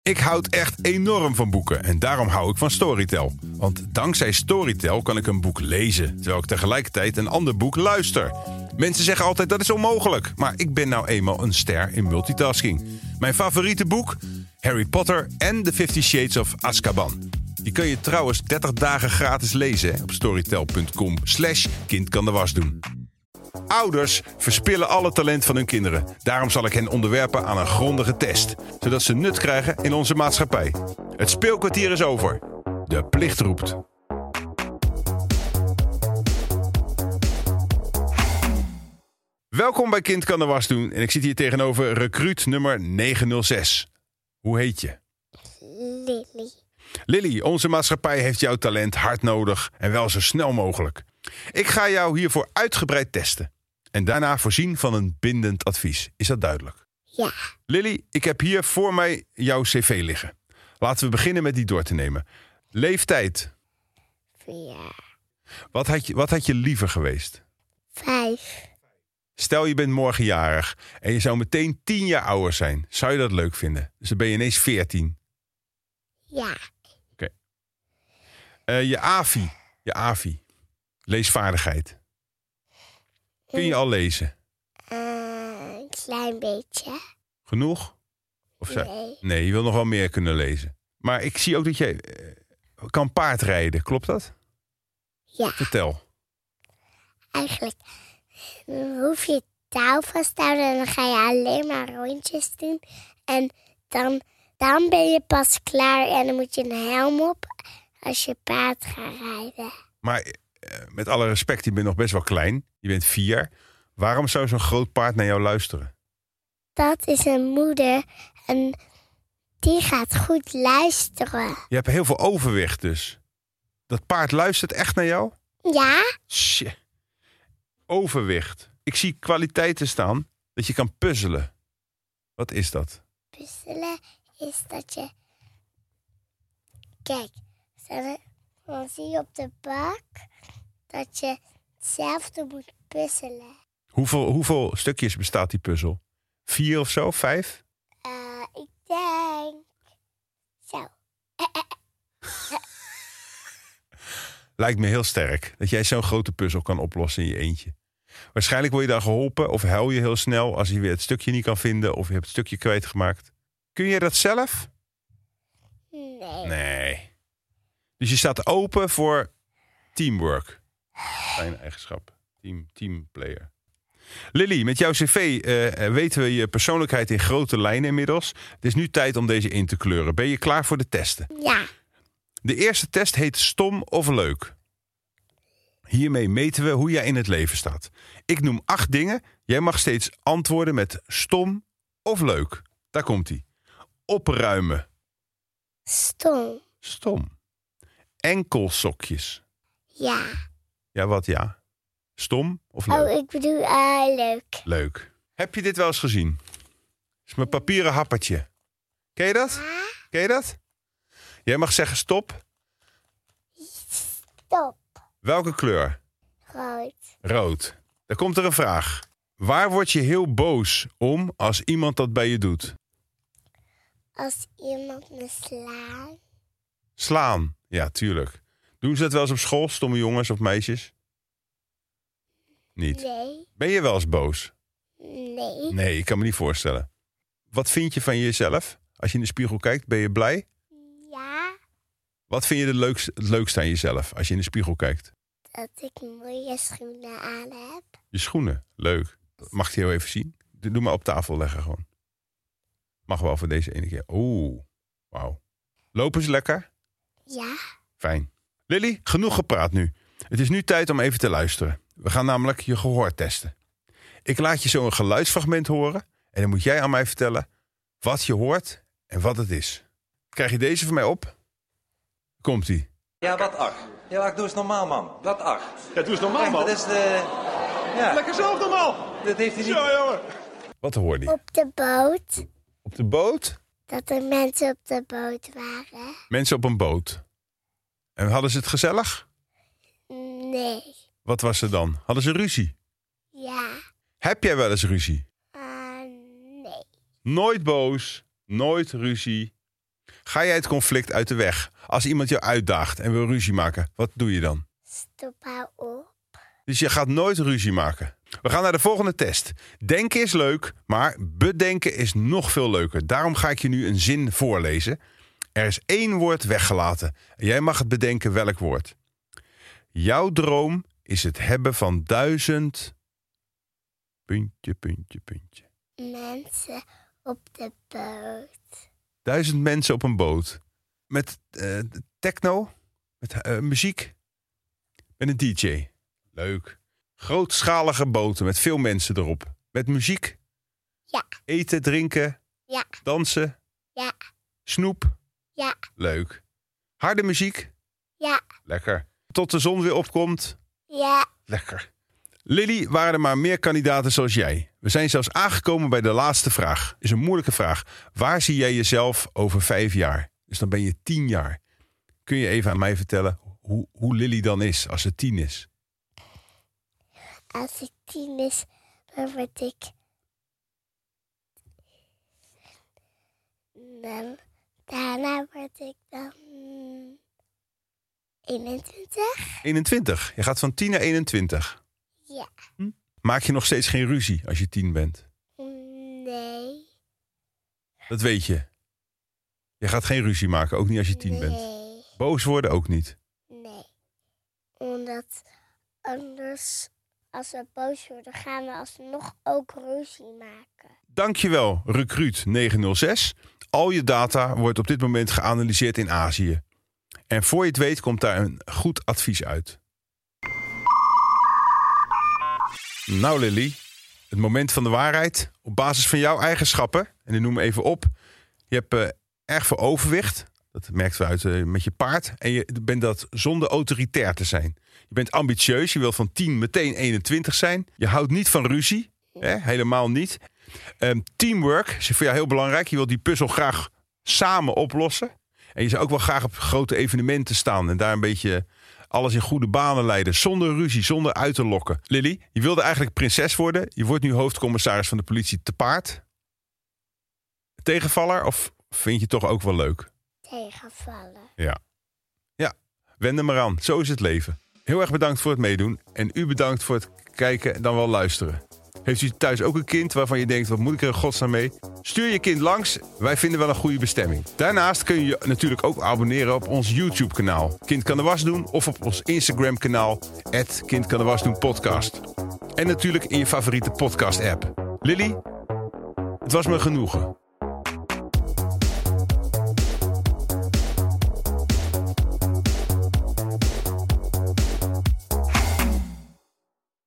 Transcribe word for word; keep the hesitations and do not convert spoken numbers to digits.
Ik houd echt enorm van boeken en daarom hou ik van Storytel. Want dankzij Storytel kan ik een boek lezen, terwijl ik tegelijkertijd een ander boek luister. Mensen zeggen altijd dat is onmogelijk, maar ik ben nou eenmaal een ster in multitasking. Mijn favoriete boek? Harry Potter en The Fifty Shades of Azkaban. Die kun je trouwens dertig dagen gratis lezen hè, op storytel.com slash kind kan de was doen. Ouders verspillen alle talent van hun kinderen. Daarom zal ik hen onderwerpen aan een grondige test. Zodat ze nut krijgen in onze maatschappij. Het speelkwartier is over. De plicht roept. Welkom bij Kind kan de was doen. En ik zit hier tegenover recruut nummer negenhonderdzes. Hoe heet je? Lily. Lily, onze maatschappij heeft jouw talent hard nodig en wel zo snel mogelijk. Ik ga jou hiervoor uitgebreid testen. En daarna voorzien van een bindend advies. Is dat duidelijk? Ja. Lily, ik heb hier voor mij jouw cv liggen. Laten we beginnen met die door te nemen. Leeftijd. Vier. Wat had je, wat had je liever geweest? Vijf. Stel je bent morgen jarig en je zou meteen tien jaar ouder zijn. Zou je dat leuk vinden? Dus dan ben je ineens veertien. Ja. Oké. Uh, je A V I. Je A V I. Leesvaardigheid. Kun je al lezen? Uh, een klein beetje. Genoeg? Of zo? Nee. Nee, je wil nog wel meer kunnen lezen. Maar ik zie ook dat je uh, kan paardrijden. Klopt dat? Ja. Vertel. Eigenlijk dan hoef je touw vast te houden en dan ga je alleen maar rondjes doen. En dan, dan ben je pas klaar en dan moet je een helm op als je paard gaat rijden. Maar uh, met alle respect, je bent nog best wel klein. Je bent vier. Waarom zou zo'n groot paard naar jou luisteren? Dat is een moeder en die gaat goed luisteren. Je hebt heel veel overwicht dus. Dat paard luistert echt naar jou? Ja? Tje. Overwicht. Ik zie kwaliteiten staan dat je kan puzzelen. Wat is dat? Puzzelen is dat je... Kijk, dan zie je op de bak dat je hetzelfde moet puzzelen. Hoeveel, hoeveel stukjes bestaat die puzzel? Vier of zo? Vijf? Uh, ik denk... Zo. Lijkt me heel sterk dat jij zo'n grote puzzel kan oplossen in je eentje. Waarschijnlijk word je dan geholpen of huil je heel snel als je weer het stukje niet kan vinden of je hebt het stukje kwijtgemaakt. Kun je dat zelf? Nee. Nee. Dus je staat open voor teamwork. Fijne eigenschap. Team, teamplayer. Lily, met jouw cv uh, weten we je persoonlijkheid in grote lijnen inmiddels. Het is nu tijd om deze in te kleuren. Ben je klaar voor de testen? Ja. De eerste test heet stom of leuk. Hiermee meten we hoe jij in het leven staat. Ik noem acht dingen. Jij mag steeds antwoorden met stom of leuk. Daar komt-ie. Opruimen. Stom. Stom. Enkelsokjes. Ja. Ja, wat ja? Stom of leuk? Oh, ik bedoel uh, leuk. Leuk. Heb je dit wel eens gezien? Dat is mijn papieren happertje. Ken je dat? Ja? Ken je dat? Jij mag zeggen stop. Stop. Welke kleur? Rood. Rood. Dan komt er een vraag. Waar word je heel boos om als iemand dat bij je doet? Als iemand me slaat. Slaan. Ja, tuurlijk. Doen ze dat wel eens op school, stomme jongens of meisjes? Niet. Nee. Ben je wel eens boos? Nee. Nee, ik kan me niet voorstellen. Wat vind je van jezelf? Als je in de spiegel kijkt, ben je blij? Ja. Wat vind je het leukste, het leukste aan jezelf als je in de spiegel kijkt? Dat ik mooie schoenen aan heb. Je schoenen. Leuk. Mag ik die heel even zien? Doe maar op tafel leggen gewoon. Mag wel voor deze ene keer. Oeh. Wauw. Lopen ze lekker? Ja. Fijn. Lily, genoeg gepraat nu. Het is nu tijd om even te luisteren. We gaan namelijk je gehoor testen. Ik laat je zo een geluidsfragment horen. En dan moet jij aan mij vertellen wat je hoort en wat het is. Krijg je deze van mij op? Komt-ie. Ja, wat ach. Ja, ach, doe eens normaal, man. Wat ach. Ja, doe eens normaal, Kijk, man. dat is de... Ja, Lekker zelf normaal. dat heeft hij niet... Ja, jongen. Wat hoorde je? Op de boot. Op de boot? Dat er mensen op de boot waren. Mensen op een boot. En hadden ze het gezellig? Nee. Wat was er dan? Hadden ze ruzie? Ja. Heb jij wel eens ruzie? Uh, nee. Nooit boos, nooit ruzie. Ga jij het conflict uit de weg? Als iemand jou uitdaagt en wil ruzie maken, wat doe je dan? Stop, hou op. Dus je gaat nooit ruzie maken. We gaan naar de volgende test. Denken is leuk, maar bedenken is nog veel leuker. Daarom ga ik je nu een zin voorlezen. Er is één woord weggelaten. En jij mag het bedenken welk woord. Jouw droom is het hebben van duizend... Puntje, puntje, puntje. Mensen op de boot. Duizend mensen op een boot. Met uh, techno. Met uh, muziek. Met een D J. Leuk. Grootschalige boten met veel mensen erop. Met muziek. Ja. Eten, drinken. Ja. Dansen. Ja. Snoep. Ja. Leuk. Harde muziek. Ja. Lekker. Tot de zon weer opkomt. Ja. Lekker. Lily, waren er maar meer kandidaten zoals jij? We zijn zelfs aangekomen bij de laatste vraag. Is een moeilijke vraag. Waar zie jij jezelf over vijf jaar? Dus dan ben je tien jaar. Kun je even aan mij vertellen hoe, hoe Lily dan is als ze tien is? Als ik tien is, dan word ik... Dan, daarna word ik dan... eenentwintig. eenentwintig. Je gaat van tien naar eenentwintig. Ja. Hm? Maak je nog steeds geen ruzie als je tien bent? Nee. Dat weet je. Je gaat geen ruzie maken, ook niet als je tien nee. bent. Boos worden ook niet. Nee. Omdat anders, als we boos worden, gaan we alsnog ook ruzie maken. Dankjewel, Recruut negenhonderdzes. Al je data wordt op dit moment geanalyseerd in Azië. En voor je het weet komt daar een goed advies uit. Nou Lily, het moment van de waarheid. Op basis van jouw eigenschappen, en ik noem me even op. Je hebt uh, erg veel overwicht. Dat merkt we uit uh, met je paard. En je bent dat zonder autoritair te zijn. Je bent ambitieus, je wil van tien meteen eenentwintig zijn. Je houdt niet van ruzie, hè? Helemaal niet. Um, teamwork is voor jou heel belangrijk. Je wilt die puzzel graag samen oplossen. En je zou ook wel graag op grote evenementen staan. En daar een beetje alles in goede banen leiden. Zonder ruzie, zonder uit te lokken. Lily, je wilde eigenlijk prinses worden. Je wordt nu hoofdcommissaris van de politie te paard. Tegenvaller of vind je het toch ook wel leuk? Tegenvallen. Ja. Ja, wend er maar aan. Zo is het leven. Heel erg bedankt voor het meedoen. En u bedankt voor het kijken en dan wel luisteren. Heeft u thuis ook een kind waarvan je denkt, wat moet ik er in godsnaam mee? Stuur je kind langs, wij vinden wel een goede bestemming. Daarnaast kun je je natuurlijk ook abonneren op ons YouTube kanaal. Kind kan de was doen of op ons Instagram kanaal, at Kind kan de was doen podcast. En natuurlijk in je favoriete podcast app. Lily, het was me genoegen.